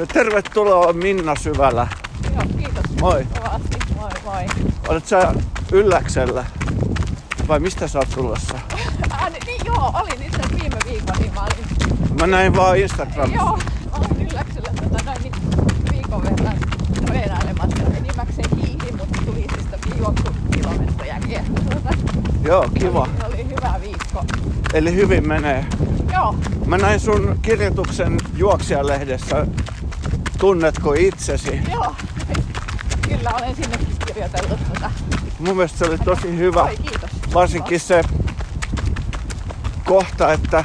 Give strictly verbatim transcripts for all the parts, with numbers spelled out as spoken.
Ja tervetuloa Minna Syvälä. Joo, kiitos. Moi. Kovasti. Moi moi. Olet sä Ylläksellä? Vai mistä sä oot tulossa? äh, niin, joo, olin itse viime viikon, niin mä olin... Mä näin vaan Instagramissa. Joo, olin Ylläksellä tota, noin niin viikon verran treenailemassa. Enimmäkseen hiihin, mutta tuli siis juoksukilometrejä kiertosuuta. Joo, kiva. Oli, oli hyvä viikko. Eli hyvin menee. Joo. Mä näin sun kirjoituksen Juoksijalehdessä. Tunnetko itsesi? Joo. Kyllä olen sinnekin kirjoitellut tätä. Mun mielestä se oli tosi hyvä. Oi, kiitos. Varsinkin se kohta, että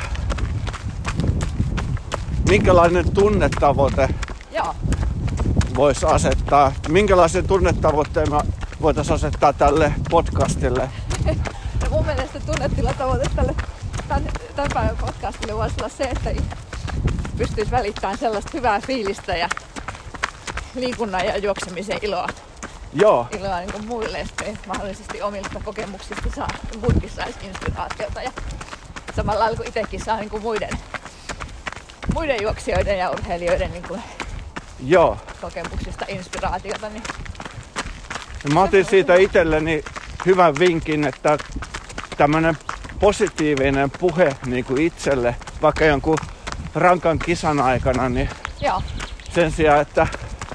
minkälainen tunnetavoite Joo. voisi asettaa. Minkälaisen tunnetavoitteen me voitaisiin asettaa tälle podcastille? No mun mielestä tunnetilantavoite tälle tämän, tämän päivän podcastille voisi olla se, että pystyisi välittämään sellaista hyvää fiilistä ja liikunnan ja juoksemisen iloa. Joo. Iloa niin kuin muille, että mahdollisesti omilta kokemuksista saa, muutkin saisi inspiraatiota ja samalla lailla kuin itsekin saa niin kuin muiden, muiden juoksijoiden ja urheilijoiden niin kuin Joo. kokemuksista inspiraatiota. Niin ja mä otin siitä itselleni hyvän vinkin, että tämmönen positiivinen puhe niin kuin itselle, vaikka jonkun rankan kisan aikana, niin Joo. sen sijaan, että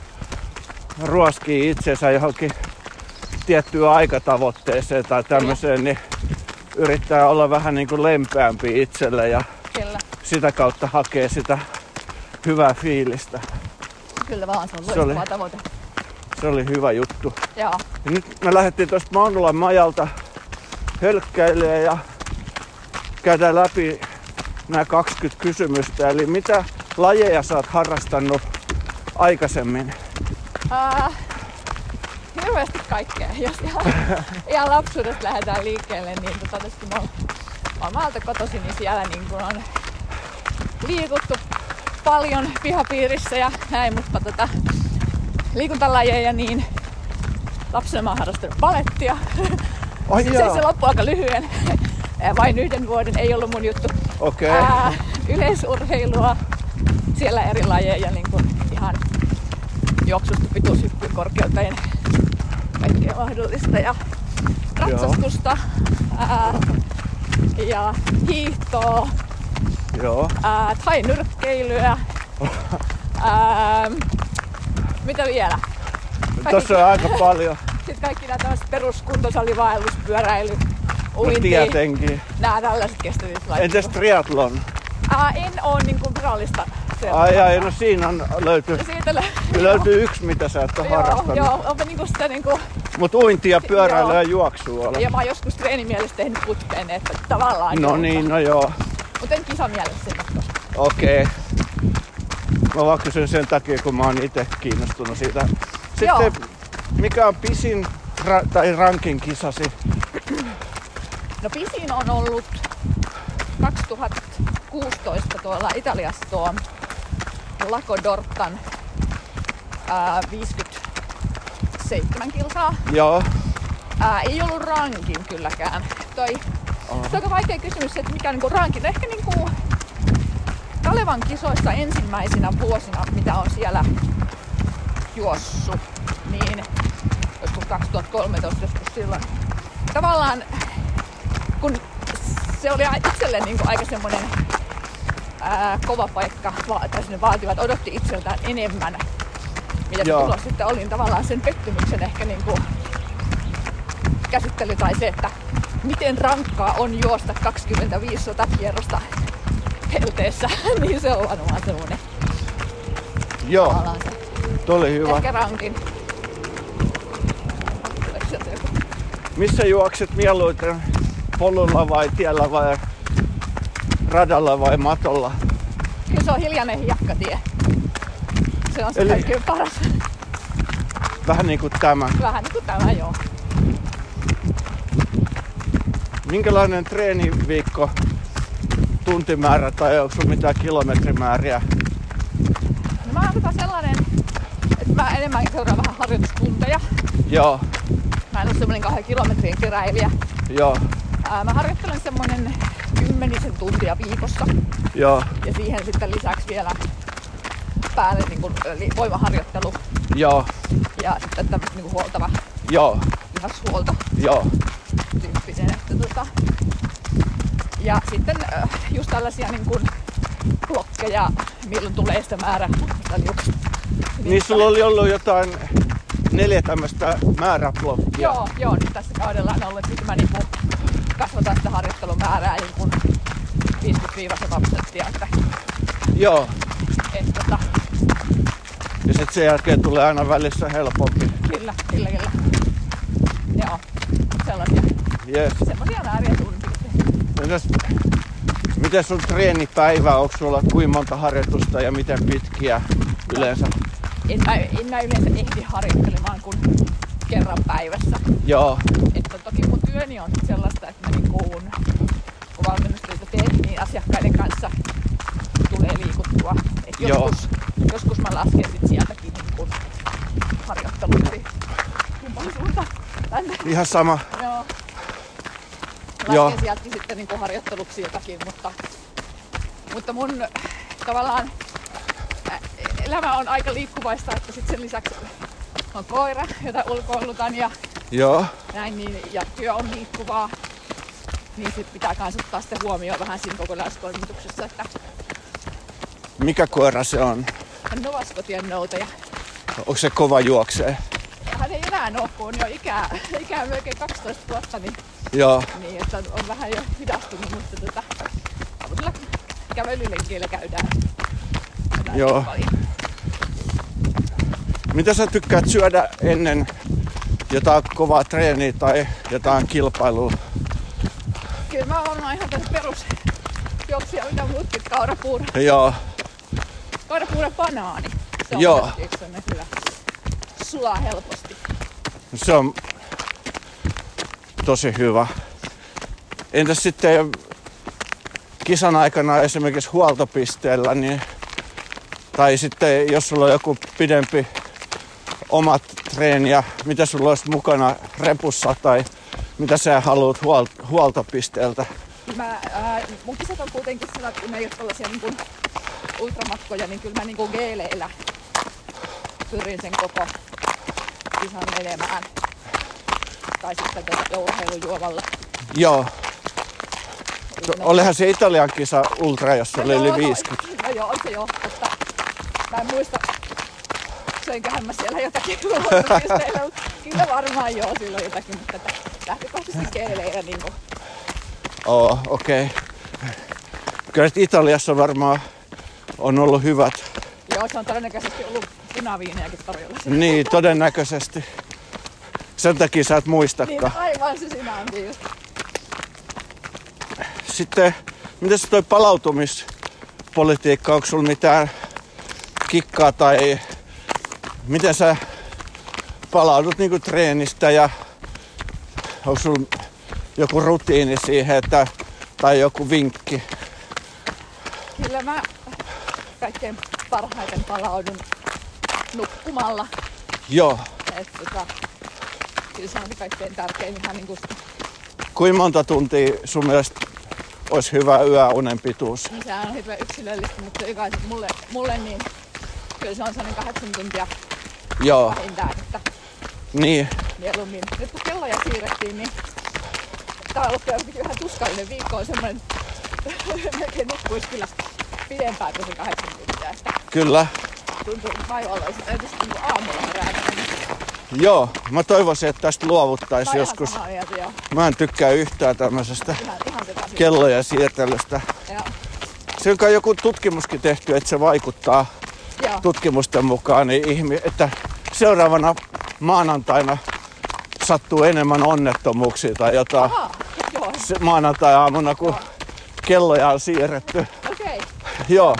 ruoskii itsensä johonkin tiettyyn aikatavoitteeseen tai tämmöiseen, niin yrittää olla vähän niin kuin lempeämpi itselle ja Kyllä. sitä kautta hakee sitä hyvää fiilistä. Kyllä vaan, se on Se oli- loistava tavoite. Se oli hyvä juttu. Joo. Ja nyt me lähdettiin tuosta Maunulan majalta hölkkäilemään ja käydään läpi nämä kaksikymmentä kysymystä. Eli mitä lajeja sä oot harrastanut aikaisemmin? Uh, hirveästi kaikkea. Jos ihan, ihan lapsuudesta lähdetään liikkeelle, niin tota, tietysti mä oon, mä oon maalta kotoisin, niin siellä niin kun on liikuttu paljon pihapiirissä ja näin, mutta tota, liikuntalajeja, niin lapsena mä oon harrastanut balettia. Ai Se, jaa. se loppui aika lyhyen. Vain yhden vuoden ei ollut mun juttu. Okei. Ää, yleisurheilua, siellä eri lajeja, niin kuin ihan juoksusta, pituushyppyyn, korkeuteen, kaikkea mahdollista. Ja ratsastusta ää, ja hiihtoa, Joo. ää, tai nyrkkeilyä. Ää, mitä vielä? Tossa on aika paljon. Sitten kaikki nämä tämmöiset peruskuntosali, vaelluspyöräily, No uinti, tietenkin. nämä tällaiset kestävyyslajit. Entäs triathlon? Ää, en oo niinku virallista. Ai ai, no siinä on, löytyy, Siitä lö... löytyy yksi mitä sä et ole Joo, harrastanut. joo, onpa niinku sitä niinku... Mut uinti ja pyöräily Joo. ja juoksua ole. Ja mä oon joskus treenimielessä tehnyt putkeen, että tavallaan... No joo. niin, no joo. Mut en kisamielessä sen ottaa. Okei. Mä vaan kysyn sen takia, kun mä oon itse kiinnostunut siitä. Sitten, Joo. mikä on pisin ra- tai rankin kisasi? No pisin on ollut kaksituhattakuusitoista tuolla Italiassa tuo Lago d'Ortan ää, viisikymmentäseitsemän kilsaa. Joo. Ää, ei ollut rankin kylläkään. Toi, se on aika vaikea kysymys, että mikä on niinku rankin. Ehkä niinku Kalevan kisoissa ensimmäisinä vuosina, mitä on siellä juossut, niin joskus kaksituhattakolmetoista, joskus silloin. Tavallaan kun se oli itselle niinku aika semmoinen ää, kova paikka, va- tai sinne vaativat, odotti itseltään enemmän, mitä se Joo. tulos sitten oli, niin tavallaan sen pettymyksen ehkä niinku käsittely tai se, että miten rankkaa on juosta kaksikymmentäviisi sotakierrosta helteessä, niin se on varmaan semmoinen Joo, tavallaan se. toi oli hyvä. Ehkä rankin. Tuleeko sieltä joku? Missä juokset mieluiten? Polulla vai tiellä vai radalla vai matolla? Kyllä se on hiljainen hiekkatie. Se on se Eli- kaikkein paras. Vähän niinku tämä. Vähän niin kuin tämä, joo. Minkälainen treeniviikko, tuntimäärä tai onko sun mitään kilometrimääriä? No mä oon sellainen, että mä enemmän seuraan vähän harjoitustunteja. Joo, Mä en ole semmonen kahden kilometrin keräilijä. joo, Ää, mä harjoittelen semmonen kymmenisen tuntia viikossa. joo, Ja siihen sitten lisäksi vielä päälle niin kuin, eli voimaharjoittelu Joo. ja sitten tämmöistä niin kuin huoltava Joo. lihashuolto Joo. tyyppisen. Että, tota, ja sitten äh, just tällaisia niin kuin blokkeja, milloin tulee sitä määrä. Liukasta. Niin sulla oli ollut jotain neljä tämmöistä määräblokkia. Joo, joo, nyt tässä kaudella on ollut, että mä niin kuin kasvataan sitä harjoittelumäärää niin kuin viisikymmentä sata prosenttia. Että, Joo. et, tota, Ja sit sen jälkeen tulee aina välissä helpompi. Kyllä, kyllä, kyllä. Joo, sellaisia. Yes. Semmoisia määriä suurin piirtein. Mites, miten sun treenipäivä, onko sulla kuinka monta harjoitusta ja miten pitkiä yleensä? En mä, en mä yleensä ehdi harjoittelemaan kuin kerran päivässä. Joo. Että toki mun työni on sellaista, että mä niin kun, kun valmennustyötä teen, niin asiakkaiden kanssa tulee liikuttua. Et joskus, joskus mä lasken sit sieltäkin niin kun harjoitteluksi kumpaan suuntaan tänne. Ihan sama. Joo. Lasken Joo. sieltäkin sitten niin kun harjoitteluksi jotakin, mutta, mutta mun tavallaan ä, elämä on aika liikkuvaista, että sit sen lisäksi on koira, jota ulkoilutan ja Joo. näin, niin, ja työ on liikkuvaa, niin sit pitää kans ottaa sitten huomioon vähän siinä kokonaistoimituksessa, että Mikä koira se on? hän on Vaskotien noutaja. Onko se kova juoksee? Hän ei enää ole, kun on jo ikää, ikää melkein kaksitoista vuotta, niin, Joo. niin että on vähän jo hidastunut, mutta tota, aamusilla kävelylenkkeillä käydään. Näin Joo. paljon. Mitä sä tykkäät syödä ennen jotain kovaa treeniä tai jotain kilpailua? Kyllä mä oon ihan tässä perus juoksija, mitä muutkin, kaurapuuro. Joo. Kaurapuuro banaani. Se on Joo. myöskin sellainen hyvä. Sulaa helposti. Se on tosi hyvä. Entäs sitten kisan aikana esimerkiksi huoltopisteellä, niin, tai sitten jos sulla on joku pidempi omat treeniä, mitä sulla olisi mukana repussa tai mitä sä haluat huol- huoltopisteeltä? Mä, ää, mun kisat on kuitenkin sellainen, kun ne ei ole tällaisia niin kuin ultramatkoja, niin kyllä mä niin kuin geeleillä pyrin sen koko kisan menemään. Tai sitten tuota urheilujuomalla. Joo. To, olihan se Italian kisa ultra, jossa oli No yli joo, viisikymmentä. No joo, on se jo, mutta mä en muista, söinköhän mä siellä jotakin huoltopisteillä, mutta kyllä varmaan joo silloin jotakin, mutta tätä lähtökohtaisesti geeleillä niin kuin. Oo, okei. Okay. Kyllä Italiassa varmaan on ollut hyvät. Joo, se on todennäköisesti ollut punaviinejakin tarjolla. Niin, todennäköisesti. Sen takia sä et muistakaan. Niin, aivan se sinä on just. Sitten, miten se toi palautumispolitiikka, onko sulla mitään kikkaa tai miten sä palaudut niinku treenistä ja onko sulla joku rutiini siihen, että, tai joku vinkki? Kyllä mä kaikkein parhaiten palaudun nukkumalla. Joo. Että tota, kyllä se on se kaikkein tärkein ihan niinku, Kuinka monta tuntia sun mielestä olisi hyvä yöunen pituus? niin sehän on hyvin yksilöllistä, mutta jokaisen mulle, mulle niin kyllä se on sellainen kahdeksan tuntia Joo. vähintään, että Niin. mieluummin. Nyt kun kelloja siirrettiin, niin tää on ollut ihan tuskallinen viikko, on semmoinen, melkein nukkuisi kyllä pidempään kuin se kahdeksan tuntia. Että Kyllä. tuntuu vaivalloiselta, tietysti niin aamulla herätä. Joo. Mä toivoisin, että tästä luovuttaisiin Mä oon joskus. ihan samaa mieltä, joo. Mä en tykkää yhtään tämmöisestä Ihan, ihan se tasia. kellojen siirtelystä. Joo. Se on kai joku tutkimuskin tehty, että se vaikuttaa Joo. tutkimusten mukaan, niin ihmi, että seuraavana maanantaina sattuu enemmän onnettomuuksia tai jotain Aha, joo. se maanantai-aamuna, kun kelloja on siirretty. Okei. Okay. Joo.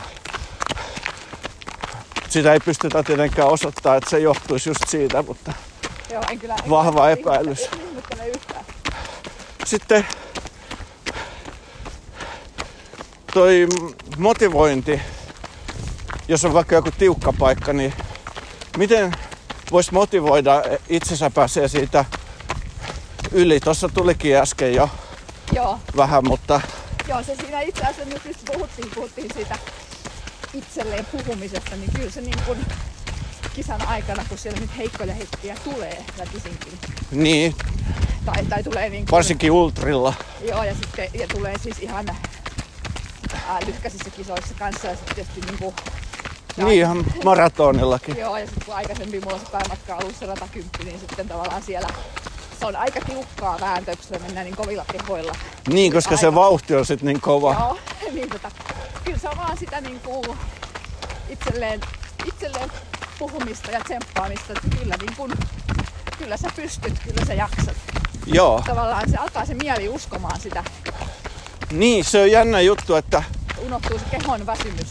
Sitä ei pystytä tietenkään osoittamaan, että se johtuisi just siitä, mutta Joo, en kyllä. En vahva kyllä epäilys. ihmettele- ihmettele yhtään. Sitten toi motivointi, jos on vaikka joku tiukka paikka, niin miten voisi motivoida itsensä pääsee siitä yli? Tuossa tulikin äsken jo Joo. vähän, mutta Joo, se siinä itse asiassa nyt just puhuttiin, puhuttiin siitä itselleen puhumisesta, niin kyllä se niin kun kisan aikana, kun siellä nyt heikkoja hetkiä tulee väkisinkin. Niin. Tai, tai tulee niin kuin, varsinkin ultrilla. Joo, ja sitten ja tulee siis ihan ää, lyhkäisissä kisoissa kanssa ja sitten tietysti niinku... Niin ihan maratonillakin. Joo, ja sitten kun aikaisemmin mulla se päämatka on ollut se sata kymmenen, niin sitten tavallaan siellä se on aika tiukkaa vääntöä, kun siellä mennään niin kovilla tehoilla. Niin, koska aika... se vauhti on sitten niin kova. Joo, niin tota, kyllä se on vaan sitä niinku itselleen, itselleen puhumista ja tsemppaamista, että kyllä, niin kun, kyllä sä pystyt, kyllä sä jaksat. Joo. Tavallaan se alkaa se mieli uskomaan sitä. Niin, se on jännä juttu, että... unohtuu se kehon väsymys.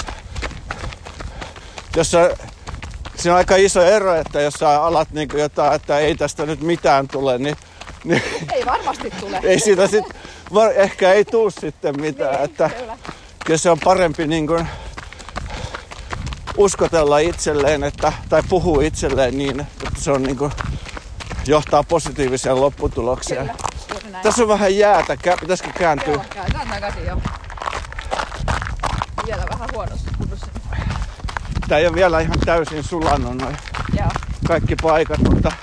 Jos sä, siinä on aika iso ero, että jos sä alat niin jotain, että ei tästä nyt mitään tule, niin... niin ei varmasti tule. Ei siitä sit, ehkä ei tuu sitten mitään. Niin, että kyllä. Kyllä se on parempi niin kuin uskotella itselleen, että, tai puhua itselleen niin, että se on niin kuin, johtaa positiiviseen lopputulokseen. Kyllä, tässä on vähän jäätä. Pitäisikö kääntyä? Joo, kääntään takaisin jo. Vielä vähän huonossa kunnossa. Tää ei ole vielä ihan täysin sulanut noin Joo. kaikki paikat, mutta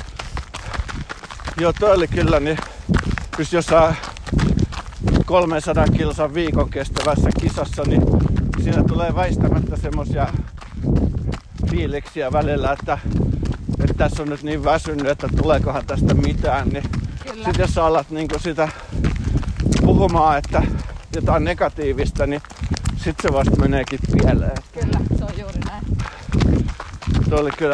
joo, toi oli kyllä, niin jos jossain kolmesataa kilsan viikon kestävässä kisassa, niin siinä tulee väistämättä semmosia fiiliksiä välillä, että, että tässä on nyt niin väsynyt, että tuleekohan tästä mitään, niin sit jos sä alat niinku sitä puhumaan, että jotain negatiivista, niin sit se vasta meneekin pieleen. Kyllä, se on juuri näin. Tuo oli kyllä...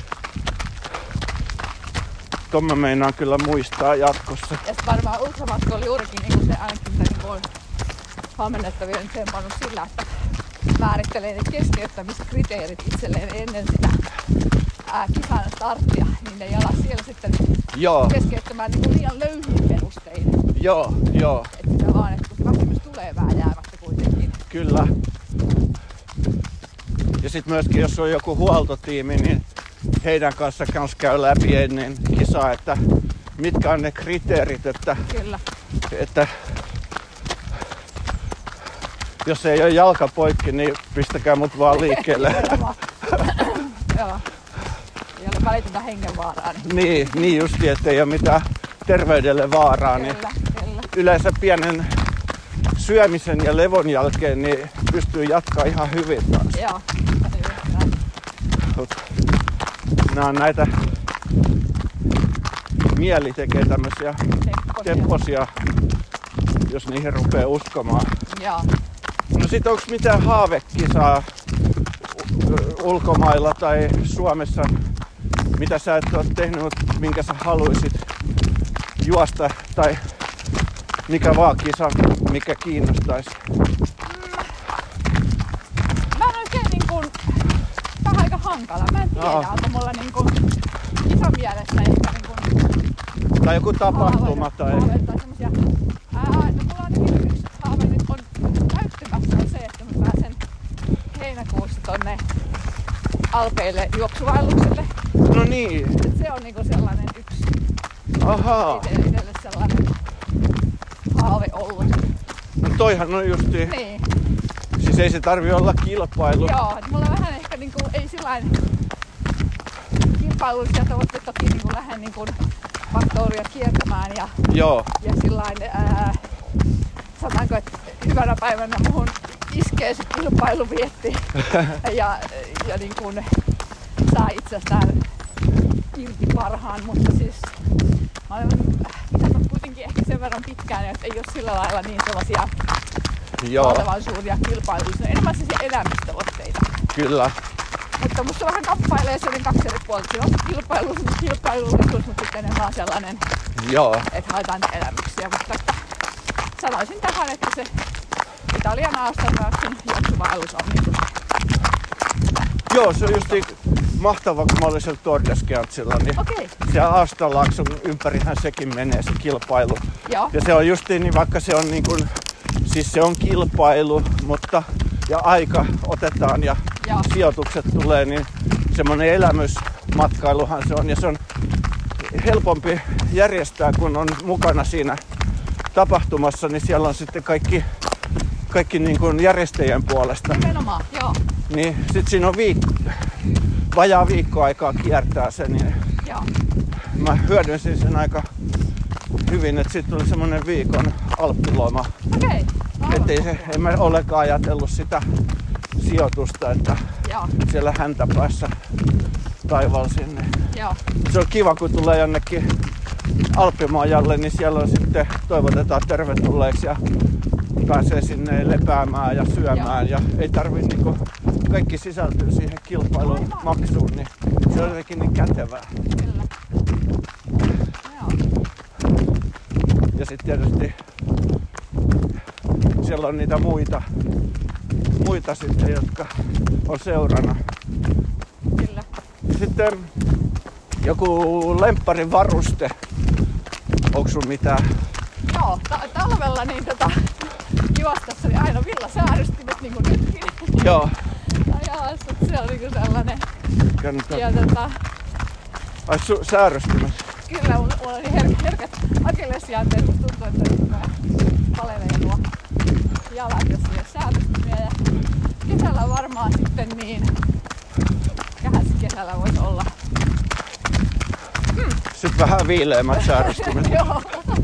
Tuon mä meinaan kyllä muistaa jatkossa. Ja sit varmaan ultramatka oli juurikin niin se ainakin, mitä niin on valmennettavia nyt tsempannut sillä, että määrittelee ne keskeyttämiskriteerit itselleen ennen sitä ää, kisan starttia, niin ne ei ala siellä sitten joo. keskeyttämään niin liian löyhin perustein. Joo, joo. Että sitä vaan, että kun se väsymys tulee vääjäämättä kuitenkin. Kyllä. Ja sit myöskin, jos on joku huoltotiimi, niin heidän kanssa kans käy läpi ennen kisaa, että mitkä on ne kriteerit, että, Kyllä. että jos ei ole jalka poikki, niin pistäkää mut vaan liikkeelle. Joo. Ei ole välitöntä hengenvaaraa. Niin, niin, niin justi, ettei ole mitään terveydelle vaaraa. Kyllä, niin kyllä. Yleensä pienen syömisen ja levon jälkeen niin pystyy jatkaa ihan hyvin taas. Joo. Nämä on näitä, mieli tekee tämmöisiä tepposia, jos niihin rupeaa uskomaan. Joo. No sit onks mitään haavekisaa ulkomailla tai Suomessa, mitä sä et ole tehnyt, minkä sä haluisit juosta tai mikä vaan kisa, mikä kiinnostaisi? Mä en oikein niin kuin, vähän aika hankala. Mä en tiedä, Aa. onko mulla niin kuin kisan mielessä ehkä niin kuin tai joku tapahtuma tai... Haave tai semmosia. Ää, no mulla on ainakin yksi haave nyt on täyttymässä on se, että mä pääsen heinäkuussa tonne Alpeille juoksuvaellukselle. No niin. Et se on niinku sellainen yksi Ahaa. ite, itelle sellainen haave ollut. No toihan on justi... Niin. Siis ei se tarvi olla kilpailu. Joo, et mulla vähän ehkä niinku, ei sillain kilpailullisia tavoitteita toki niinku lähden niinku faktoria kiertämään ja, Joo. ja sillain, ää, sanotaanko, että hyvänä päivänä muhun iskee se kilpailuvietti ja, ja niin kuin saa itsestään irti parhaan, mutta siis mä olen pitänyt kuitenkin ehkä sen verran pitkään, että ei ole sillä lailla niin sellaisia Joo. valtavan suuria kilpailuja, on enemmän sellaisia elämystavoitteita. Kyllä. Mutta musta vähän kamppailee sellainen kaksi eri puolta. Siinä on se kilpailu, kilpailullisuus, mutta sitten enemmän sellainen, Joo. että haetaan niitä elämyksiä. Mutta että sanoisin tähän, että se Italian Aastarraaksen juoksuvaellus on niin kuin... Joo, se on justi mahtava, kun mä olin siellä Tour de Skiantsilla, niin Okei. siellä Aastalaakson ympärihän sekin menee se kilpailu. Joo. Ja se on justiin, niin vaikka se on niin kuin, siis se on kilpailu, mutta ja aika otetaan ja Joo. sijoitukset tulee, niin semmoinen elämysmatkailuhan se on. Ja se on helpompi järjestää, kun on mukana siinä tapahtumassa, niin siellä on sitten kaikki kaikki niin kuin järjestäjien puolesta. Nimenomaan, joo. Niin sit siinä on viik- vajaa viikko aikaa kiertää se, niin Joo. mä hyödynsin sen aika hyvin, että sit tuli semmonen viikon alppiloma. Okei. Okay. Ettei se, en mä olekaan ajatellut sitä sijoitusta, että Joo. siellä häntäpäässä taivaalla sinne. Joo. Se on kiva, kun tulee jonnekin Alppimaajalle, niin siellä on sitten toivotetaan tervetulleeksi ja pääsee sinne lepäämään ja syömään. Joo. Ja ei tarvi niinku, kaikki sisältyy siihen kilpailun Aivan. maksuun, niin se on jotenkin niin kätevää. Kyllä. Joo. Ja sitten tietysti siellä on niitä muita, muita sitten, jotka on seurana. Kyllä. Sitten joku lempparin varuste. Onko sun mitään? Joo, ta- talvella niin tota, juostessa niin aina villasäärystimet niin kuin nytkin. Joo. Ja se on niinku sellainen. Kannattaa. Ja tota, Ai su- säärystimet. kyllä mulla mulla on niin her- herkät akillesjänteet, musta tuntuu, että nyt mä palelee nuo jalat, jos ei ole säädöstimiä. Ja kesällä varmaan sitten niin, mikähän se kesällä voisi olla. Sitten vähän viileämmät säärystimet. Joo.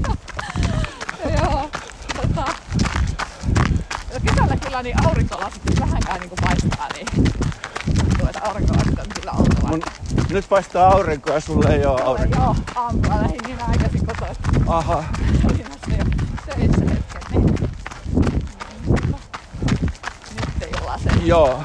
Joo. Tota, no kesällä kyllä niin aurinkolasit jos vähänkään niinku paistaa, niin tuntuu, että aurinkolasit on kyllä oltava. Mun, nyt paistaa aurinko ja sulle ei oo aurinko. Joo, aamulla lähdin niin aikaisin kotoa. Aha. Olin vasta jo töissä hetken, niin nyt ei olla se. Joo.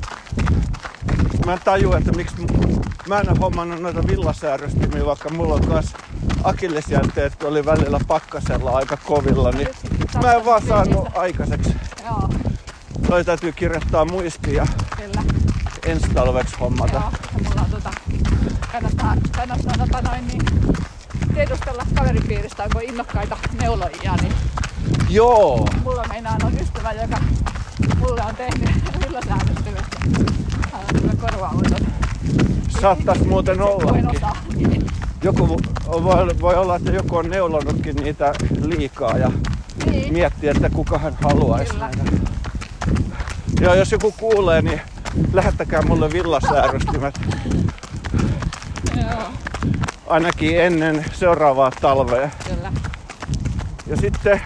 Mä en tajua, että miksi mä en oo hommannut noita villasäärystimiä, vaikka mulla on kans akillesjänteet, kun oli välillä pakkasella aika kovilla, niin mä en vaan saanut aikaiseksi. Joo, Toi täytyy kirjoittaa muistiin ja kyllä. ensi talveksi hommata. Joo, ja mulla on tota, kannattaa, kannattaa tota noin niin tiedustella kaveripiiristä, onko innokkaita neulojia, niin Joo. mulla meinaan on ystävä, joka mulle on tehnyt villasäädöstynyt. Hän on kyllä korvaamaton. Saattais muuten Voin ollakin. osaa, niin. Joku voi, voi olla, että joku on neulonutkin niitä liikaa ja Niin. miettii, että kukahan haluaisi Kyllä. näitä. Joo, jos joku kuulee, niin lähettäkää mulle villasäärystimet. Joo, Ainakin ennen seuraavaa talvea. kyllä. Ja sitten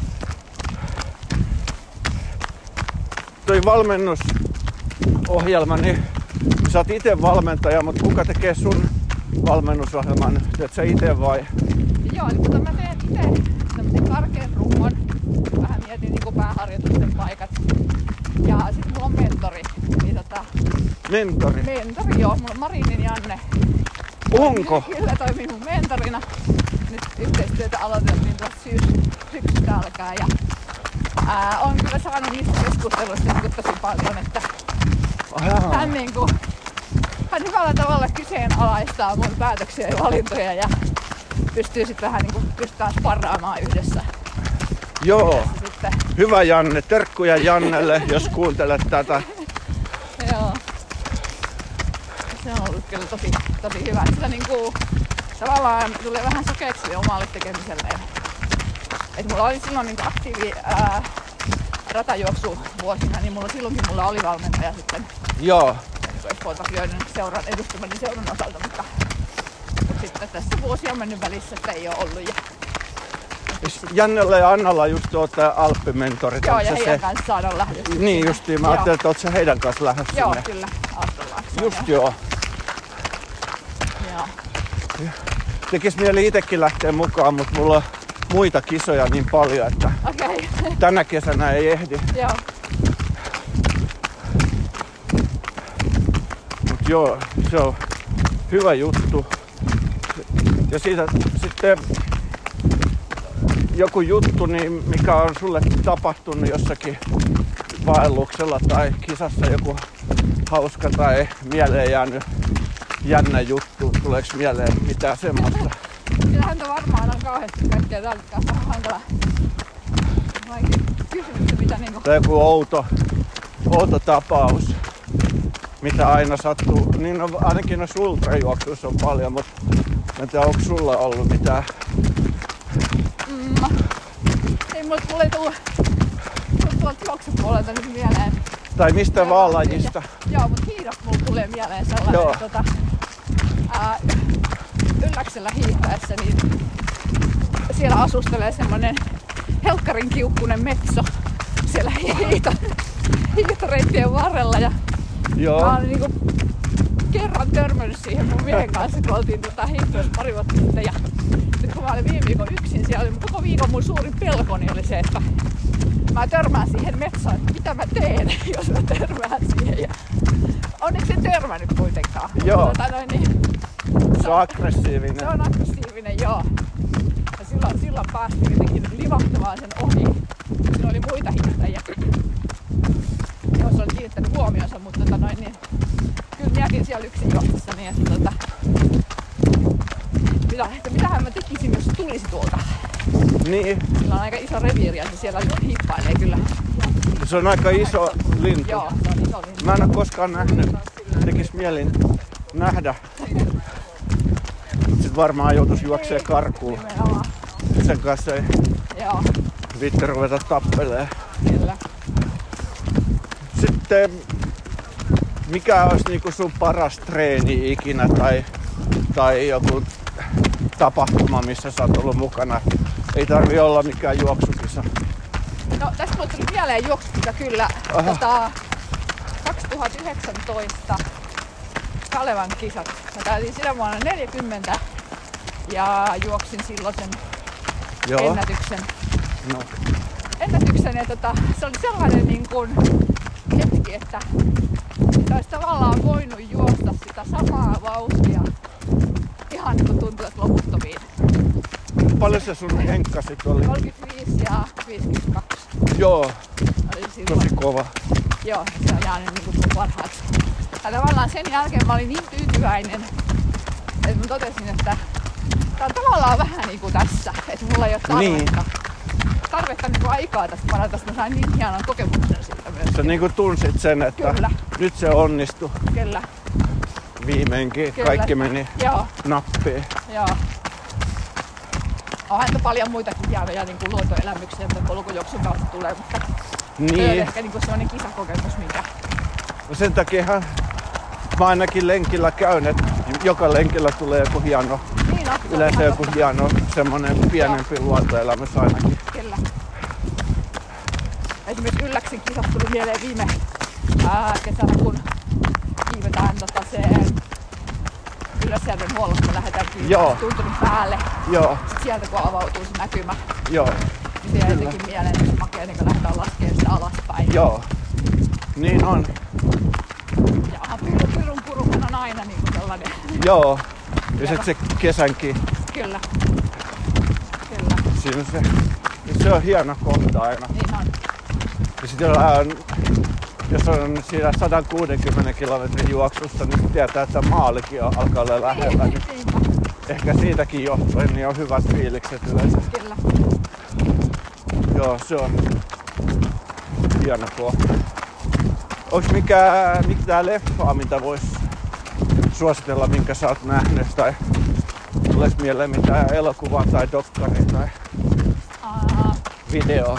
toi valmennusohjelma, niin sä oot ite valmentaja, mutta kuka tekee sun valmennusohjelman? Teet sä ite vai? Joo, niin mutta mä teen itse tämmösen karkean rungon. Vähän mietin niinku pääharjoitusten paikat. Ja sit mulla on mentori. Niin tota, Mentori. mentori joo, mulla on Marinin Janne. Onko? Kyllä toimii mun mentorina. Nyt yhteistyötä aloitettiin tuossa syys- syksystä alkaen. Ja ää, on kyllä saanut niistä keskusteluista niinku tosi paljon, että Ajaa. hän, niinku, hän hyvällä tavalla kyseenalaistaa mun päätöksiä ja valintoja ja pystyy sitten vähän niinku pystytään sparraamaan yhdessä. Joo. Sitten, Hyvä Janne. Terkkuja Jannelle, jos kuuntelet tätä. joo. Se on ollut kyllä tosi, tosi hyvä. Sitä niinku tavallaan tulee vähän sokeeksi omalle tekemiselleen. Et mulla oli silloin niinku aktiivi ää, ratajuoksu vuosina, niin mulla silloinkin mulla oli valmentaja sitten Joo. Espoon Vakioiden seuran edustamani seuran osalta, mutta, mutta sitten tässä vuosi on mennyt välissä, että ei ole ollut. Ja, Jannella ja Annalla just ootte alppimentorit. joo, onko ja se heidän se? kanssaan on lähdössä. Niin justiin, mä Joo. ajattelin, että oot sä heidän kanssa lähdössä Joo, sinne. kyllä. Aastolaaksoon. Just joo. Joo. Tekis mieli itekin lähteä mukaan, mutta mulla on muita kisoja niin paljon, että Okei. Okay. tänä kesänä ei ehdi. Joo. Mut joo, se on hyvä juttu. Ja siitä sitten joku juttu, niin mikä on sulle tapahtunut jossakin vaelluksella tai kisassa, joku hauska tai mieleen jäänyt jännä juttu. Tuleeko mieleen mitään semmoista? Kyllähän to varmaan on kauheasti kaikkea täältä vähän hankala. Vaikea kysymys, mitä niinku... Tai joku outo, outo tapaus, mitä aina sattuu. Niin on, ainakin noissa ultrajuoksuissa on paljon, mutta en tiedä, onko sulla ollut mitään? Mm, ei mulle tule tuu, tuu tuolta muualta nyt mieleen. Tai mistä vaan lajista. Joo, mutta hiidosta mulla tulee mieleen sellainen, Joo. tota, ää, Ylläksellä hiihtäessä, niin siellä asustelee semmonen helkkarin kiukkunen metso siellä hiihto, hiihtoreittien varrella. Ja Joo. mä olin niinku kerran törmännyt siihen mun miehen kanssa, kun oltiin tota hiihtoissa pari vuotta sitten. Ja nyt kun mä olin viime viikon yksin siellä, niin koko viikon mun suurin pelkoni oli se, että mä törmään siihen metsään, että mitä mä teen, jos mä törmään siihen. Ja onneksi en törmännyt kuitenkaan. Joo. Tota noin, niin, Se on aggressiivinen. se on aggressiivinen, joo. Ja silloin, silloin päästiin jotenkin livahtamaan sen ohi. Siinä oli muita hiihtäjiä, jos oli kiinnittänyt huomionsa, mutta tota noin, niin, kyllä minäkin siellä yksin juostessa, niin että tota, mitä, että mitähän mä tekisin, jos tulisi tuolta. Niin. Sillä on aika iso reviiri ja se siellä hiippailee kyllä. Se on aika iso lintu. Joo, se on iso lintu. Mä en ole koskaan nähnyt. Tekis mielin nähdä. Sitten varmaan joutuis juoksee karkuun. Nimenomaan. Sen kanssa ei Joo, viitti ruveta tappelee. kyllä. Sitten mikä olisi niinku sun paras treeni ikinä tai, tai joku tapahtuma, missä sä oot ollut mukana? Ei tarvi olla mikään juoksukisa. No tästä mulle tuli mieleen juoksukisa kyllä. Tota, kaksituhattayhdeksäntoista Kalevan kisat. Mä täytin sinä vuonna neljäkymmentä ja juoksin silloin sen Joo. ennätyksen. No. ennätyksen ja tota, se oli sellainen niin kuin hetki, että, että olisi tavallaan voinut juosta sitä samaa vauhtia ihan niin kuin tuntui, että loputtomiin. Paljon se sun henkkasit oli? kolmekymmentäviisi ja viisikymmentäkaksi. Joo, Oli silloin. tosi kova. Joo, se on jäänyt niin kuin mun parhaaksi. Ja tavallaan sen jälkeen mä olin niin tyytyväinen, että mä totesin, että tää on tavallaan vähän niin kuin tässä, että mulla ei ole tarvetta. Niin. Tarvetta niin kuin aikaa tästä parantaa, mä sain niin hienon kokemuksen siitä myös. Sä niinku tunsit sen, että Kyllä. nyt se onnistui Kyllä. viimeinkin. Kyllä. Kaikki meni Joo, nappiin. joo. Onhan nyt paljon muitakin hienoja niin kuin luontoelämyksiä, mitä polkujuoksun kautta tulee, mutta Niin. se on ehkä niin kuin sellainen kisakokemus, minkä... No sen takiahan mä ainakin lenkillä käyn, että joka lenkillä tulee joku hieno, Niin on, se on yleensä ihan joku totta. hieno semmonen pienempi luontoelämys ainakin. Kyllä. Esimerkiksi Ylläksen kisat tuli mieleen viime ää, kesänä, kun kiivetään tota se Ylläsjärven huollosta lähdetään Joo. tunturin päälle. Joo, Sitten sieltä kun avautuu se näkymä, joo, niin se jäi jotenkin mieleen, että se makea niin kun lähdetään laskemaan sitä alaspäin. joo. Niin on. Ja onhan Pyrun, Pyrun Puruhan on aina niin kuin sellainen. Joo. Ja sit se kesänkin, Kyllä. Kyllä. siinä on se, se on hieno kohta aina. Niin on. Ja sit jos on, jos on siinä sata kuusikymmentä kilometrin juoksussa, niin tietää, että maalikin on, alkaa olla lähellä. Niin Niinpä. ehkä siitäkin johtuen niin on hyvät fiilikset yleensä. Kyllä. Joo, se on hieno kohta. Onks mikään, mitään leffaa, mitä vois suositella, minkä sä oot nähnyt, tai tules mieleen mitään elokuvaa tai dokkari tai Aa, video?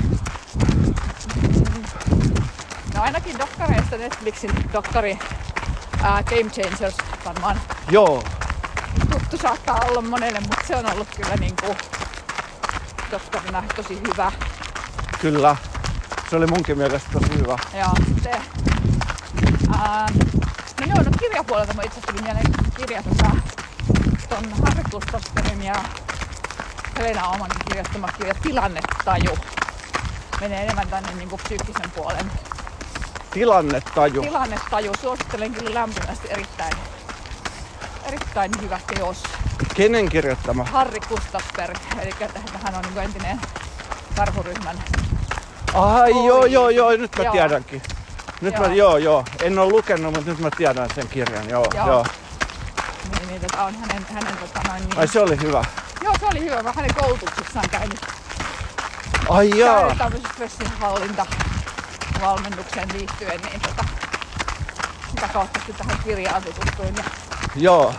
no ainakin dokkareista Netflixin dokkari ää, Game Changers varmaan Joo, tuttu saattaa olla monelle, mutta se on ollut kyllä niinku dokkarina tosi hyvä. kyllä. Se oli munkin mielestä tosi hyvä. Ja sitten ää, no joo, no kirjapuolelta mä itse asiassa tuli mieleen kirja tota, ton Harri Gustafssonin ja Helena Omanin kirjoittama kirja Tilannetaju. Menee enemmän tänne niinku psyykkisen puolen. Tilannetaju. Tilannetaju, suosittelen kyllä lämpimästi, erittäin, erittäin hyvä teos. Kenen kirjoittama? Harri Gustafsberg, eli hän on niinku entinen karhuryhmän. Ai Oi. joo, joo, joo, nyt mä Joo. tiedänkin. Nyt Joo. mä, joo, joo. En oo lukenut, mutta nyt mä tiedän sen kirjan, joo, Joo. joo. Niin, niin tota on hänen, hänen tota noin niin. Ai se oli hyvä. Joo, se oli hyvä. Mä hänen koulutuksessaan käynyt, Ai jaa. käynyt tämmöisen stressinhallinta valmennukseen liittyen, niin tota, sitä kautta sitten tähän kirjaan tutustuin. Ja Joo,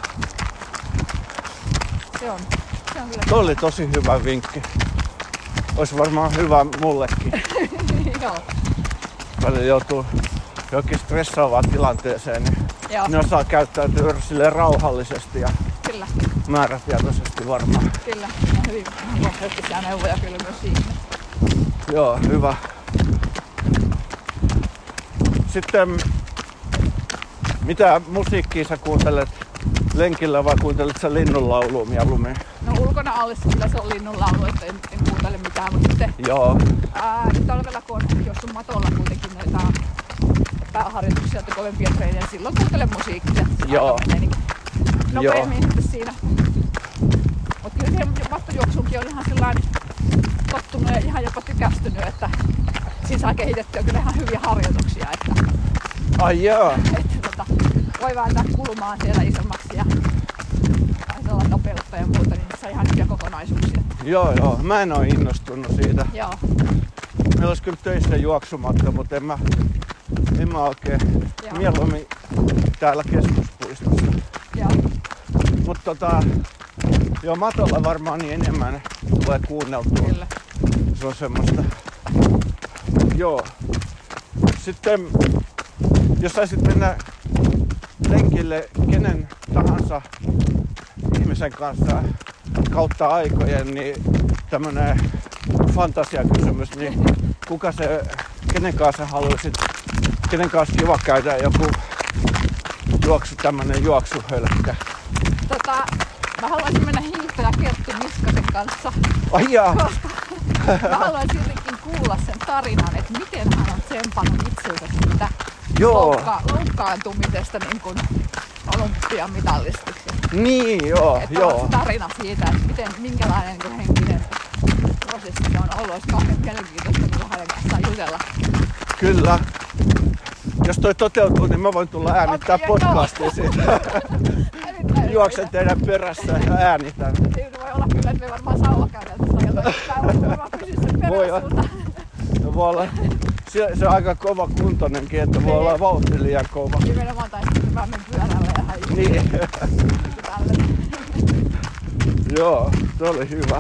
se on, se on kyllä se oli tosi hyvä vinkki. Ois varmaan hyvä mullekin. joo. välillä joutuu johonkin stressaavaan tilanteeseen, niin Joo. ne osaa käyttäytyä silleen rauhallisesti ja Kyllä, määrätietoisesti varmaan. kyllä. Ja hyvin konkreettisia neuvoja kyllä myös siihen. Joo, hyvä. Sitten mitä musiikkia sä kuuntelet lenkillä vai kuuntelet sä linnunlaulua mieluummin? No ulkona ollessa kyllä se on linnunlaulu, että en, en kuuntele mitään, mutta sitten Joo, ää, talvella kun on jossain matolla kuitenkin noita pääharjoituksia ja kovempia treenejä, silloin kuuntelen musiikkia. Se Joo. aika menee niin nopeammin sitten siinä. Mutta kyllä siihen mattojuoksuunkin on ihan sellainen tottunut ja ihan jopa tykästynyt, että siinä saa kehitettyä kyllä ihan hyviä harjoituksia, että, ai joo. että tota, voi vääntää kulmaa siellä isommaksi ja ajatella nopeutta ja muuta, niin se on ihan hyviä kokonaisuuksia. Joo, joo. Mä en oo innostunut siitä. Joo, Meillä olisi kyllä töissä juoksumatka, mutta en mä, en mä oikein. Joo. Mieluummin täällä keskuspuistossa. joo, Mutta tota, joo, matolla varmaan niin enemmän tulee kuunneltua. kyllä. Se on semmoista. Joo. Sitten jos saisit mennä lenkille kenen tahansa ihmisen kanssa kautta aikojen, niin tämmönen fantasiakysymys, niin kuka se, kenen kanssa haluaisit, kenen kanssa kiva käydä joku juoksu, tämmönen juoksuhölkkä? Tota, mä haluaisin mennä hiihtäjä Kerttu Niskasen kanssa, Ai jaa. koska mä haluaisin jotenkin kuulla sen tarinan, että miten hän on tsempannut itsensä siitä Joo. loukka- loukkaantumisesta niin kuin olympiamitallistiksi. Niin, joo, Että joo. on se tarina siitä, että miten, minkälainen niin henkinen prosessi se on ollut. Olisi kauhean mielenkiintoista niin hänen kanssaan jutella. Kyllä. Jos toi toteutuu, niin mä voin tulla äänittää Okei, podcastia siitä. Erittäin Juoksen hyvä. teidän perässä ja äänitän. Siinä voi olla kyllä, että me varmaan sauvakäyteltä tai jotain. Mä voin varmaan pysyä sen Voi perässä, olla. mutta Se voi olla, se, se on aika kova kuntoinenkin, että voi olla vauhti liian kova. nimenomaan tai sitten mä menen pyörällä ja hän Niin, tälle. joo, se oli hyvä.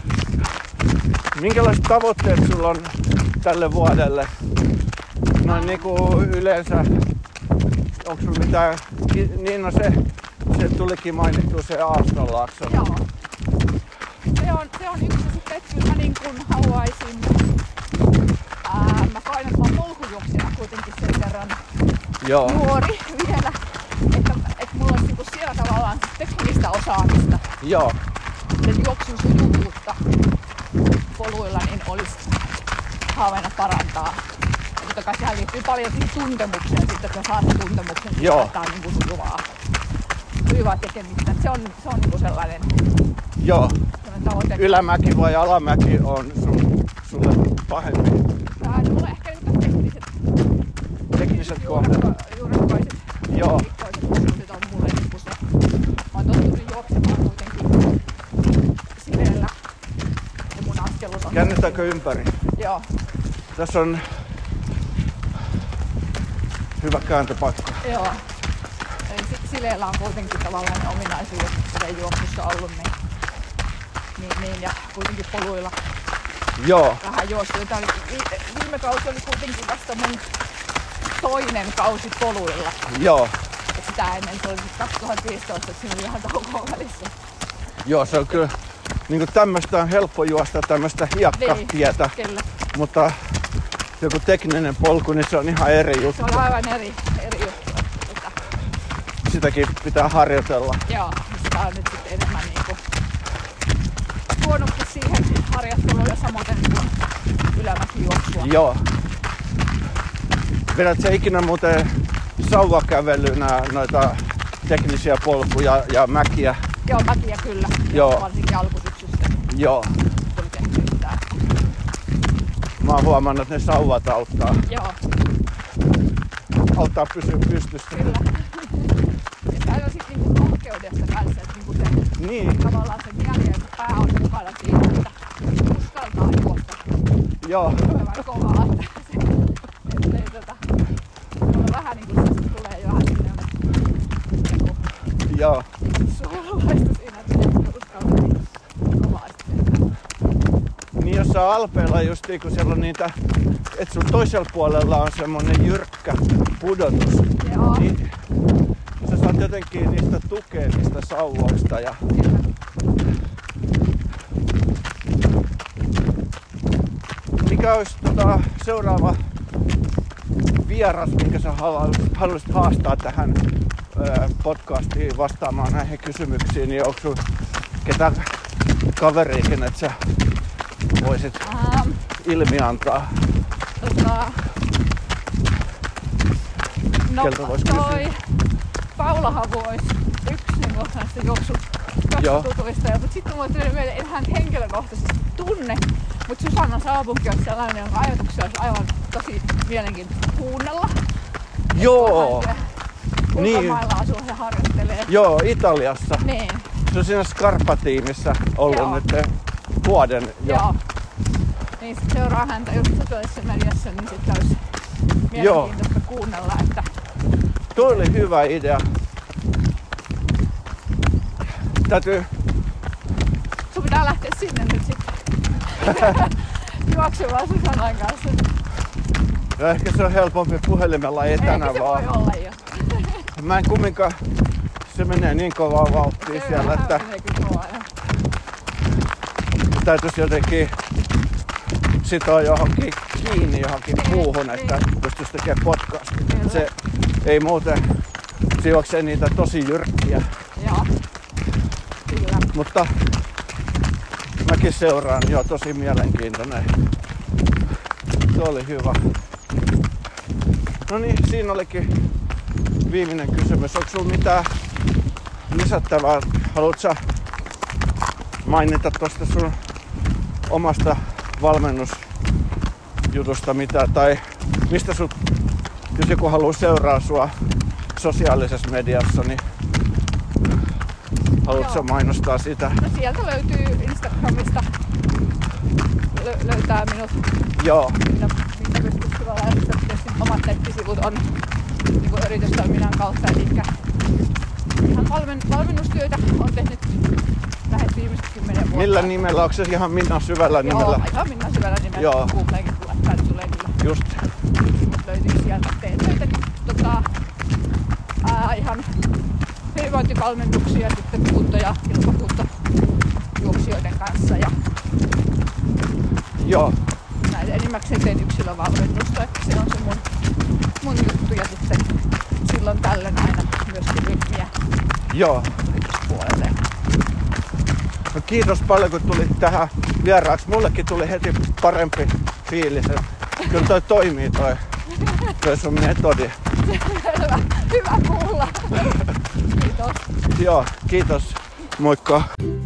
Minkälaiset tavoitteet sulla on tälle vuodelle? Noin niinku yleensä, onko sulla mitään, niin no se, se tulikin mainittua se Aastonlaakso. Joo. Se on, se on yksi sitten, että kyllä mä niin kuin haluaisin, ää, mä koen, että mä oon polkujuoksijana kuitenkin sen verran Joo, nuori vielä, että, että mulla olisi niinku siellä tavallaan teknistä osaamista, joo, sen juoksun sujuvuutta poluilla, niin olisi haaveena parantaa. Ja totta kai sehän liittyy paljon siihen tuntemukseen, sitten, että saa sen tuntemuksen, Joo. että on niinku sujuvaa, sujuvaa tekemistä. Se on, se on niinku sellainen, joo. sellainen tavoite. Ylämäki vai alamäki on sun, sulle pahempi? Ää, no mulla ehkä niinku tekniset, Tekniset kohdat. juurekkoiset, Joo. liikkoiset osuudet on mulle niinku se. Mä oon tottunut juoksemaan kuitenkin sileellä ja mun askelut on... Käännetäänkö ympäri? Joo, Tässä on hyvä kääntöpaikka. joo. Eli si- sileellä on kuitenkin tavallaan ne ominaisuudet sileen juoksussa ollut, niin, niin, niin ja kuitenkin poluilla Joo, vähän juostu. Tää oli, vi- viime kausi oli kuitenkin vasta mun toinen kausi poluilla. joo. Et sitä ennen se oli siis kaksituhattaviisitoista, että siinä oli ihan taukoa välissä. Joo, se on kyllä, niin kuin tämmöstä on helppo juosta, tämmöstä hiekkatietä, Kyllä. mutta joku tekninen polku, niin se on ihan eri Se juttu. on aivan eri, eri juttu. Että, Sitäkin pitää harjoitella. joo, sitä on nyt sitten enemmän niinku tuonutkin siihen harjoitteluun ja samoin kuin ylämäkijuoksua. Joo. Vedät sä ikinä muuten sauvakävelynä noita teknisiä polkuja ja mäkiä? Joo, mäkiä kyllä. Joo. Varsinkin alkusyksystä Joo. tuli tehty yhtään. Mä oon huomannut, että ne sauvat auttaa, Joo, auttaa pysyä pystyssä. kyllä. Ja täällä on sitten niinku rohkeudesta kanssa, että niinku se Niin, tavallaan sen jälkeen se pää on mukana siinä, että uskaltaa juosta joo. vähän kovaa, että se, ettei tota, olla vähän niinku se tulee jo vähän sinne niinku Joo. suolaista siinä, että se uskaltaa niin kovasti. Niin jossain Alpeilla justiin, kun siellä on niitä että sun toisella puolella on semmonen jyrkkä pudotus. Joo. Niin sä saat jotenkin niistä tukea niistä sauvoista. Ja mikä olisi tota seuraava vieras, minkä sä haluaisit haastaa tähän ö, podcastiin vastaamaan näihin kysymyksiin, niin onko sun ketä kaveriikin, että sä voisit Ähm, ilmiantaa? tota, no Keltä vois toi kysyä? Paulahan voisi yksi niin näistä juoksu, Joo. juoksututuista. Mutta sitten mulle tuli mieleen, en hän henkilökohtaisesti tunne, mutta Susanna Saapunki on sellainen, jonka ajatuksia olisi aivan tosi mielenkiintoista kuunnella. Joo, Hän Niin. ulkomailla asuu ja harjoittelee. joo, Italiassa. Niin, Se on siinä Scarpa-tiimissä ollut Joo. nyt vuoden jo. joo. Niin sit seuraa häntä just sosiaalisessa mediassa, niin sitten olisi mielenkiintoista kuunnella, että Tuo oli hyvä idea. Täytyy, sun pitää lähteä sinne nyt sitten juoksemaan Susannan kanssa. no ehkä se on helpompi puhelimella etänä Ehkä se vaan. voi olla jo. Mä en kumminkaan, se menee niin kovaa vauhtia siellä, että menee kyllä kova ajan. täytyisi jotenkin sitoa johonkin kiinni johonkin Niin, muuhun, että niin. pystyisi tekemään podcastin. Kyllä. Se ei muuten, se juoksee niitä tosi jyrkkiä, Joo. Kyllä. mutta mäkin seuraan jo, tosi mielenkiintoinen. Se oli hyvä. No niin, siinä olikin viimeinen kysymys. Onko sulla mitään lisättävää? Haluatko sä mainita tuosta sun omasta valmennusjutusta mitä, tai mistä sut, jos joku haluaa seuraa sua sosiaalisessa mediassa, niin haluatko sä Joo. mainostaa sitä? No sieltä löytyy Instagramista, lö- löytää minut, Joo, minä, minä pystyn sillä lailla, että tietysti omat nettisivut on niin kuin yritystoiminnan kautta, eli ihan valmen, valmennustyötä on tehnyt lähes viimeiset kymmenen vuotta. millä nimellä? Onko se ihan Minna Syvällä nimellä? Joo, ihan Minna Syvällä nimellä. Joo. Googleenkin tulee, päin tulee kyllä. Just. Mut löytyy sieltä. Teen töitä tota, ää, ihan hyvinvointivalmennuksia, sitten kunto- ja kilpakuntojuoksijoiden kanssa. Ja Joo, näitä enimmäkseen teen yksilövalmennusta, että se on se mun, mun juttu. Ja sitten silloin tällöin aina myöskin ryhmiä joo. puolelle. No kiitos paljon kun tulit tähän vieraaksi. Mullekin tuli heti parempi fiilis. Kyllä toi toimii toi, toi sun metodi. Hyvä, hyvä kuulla. Kiitos. Joo, kiitos. Moikka.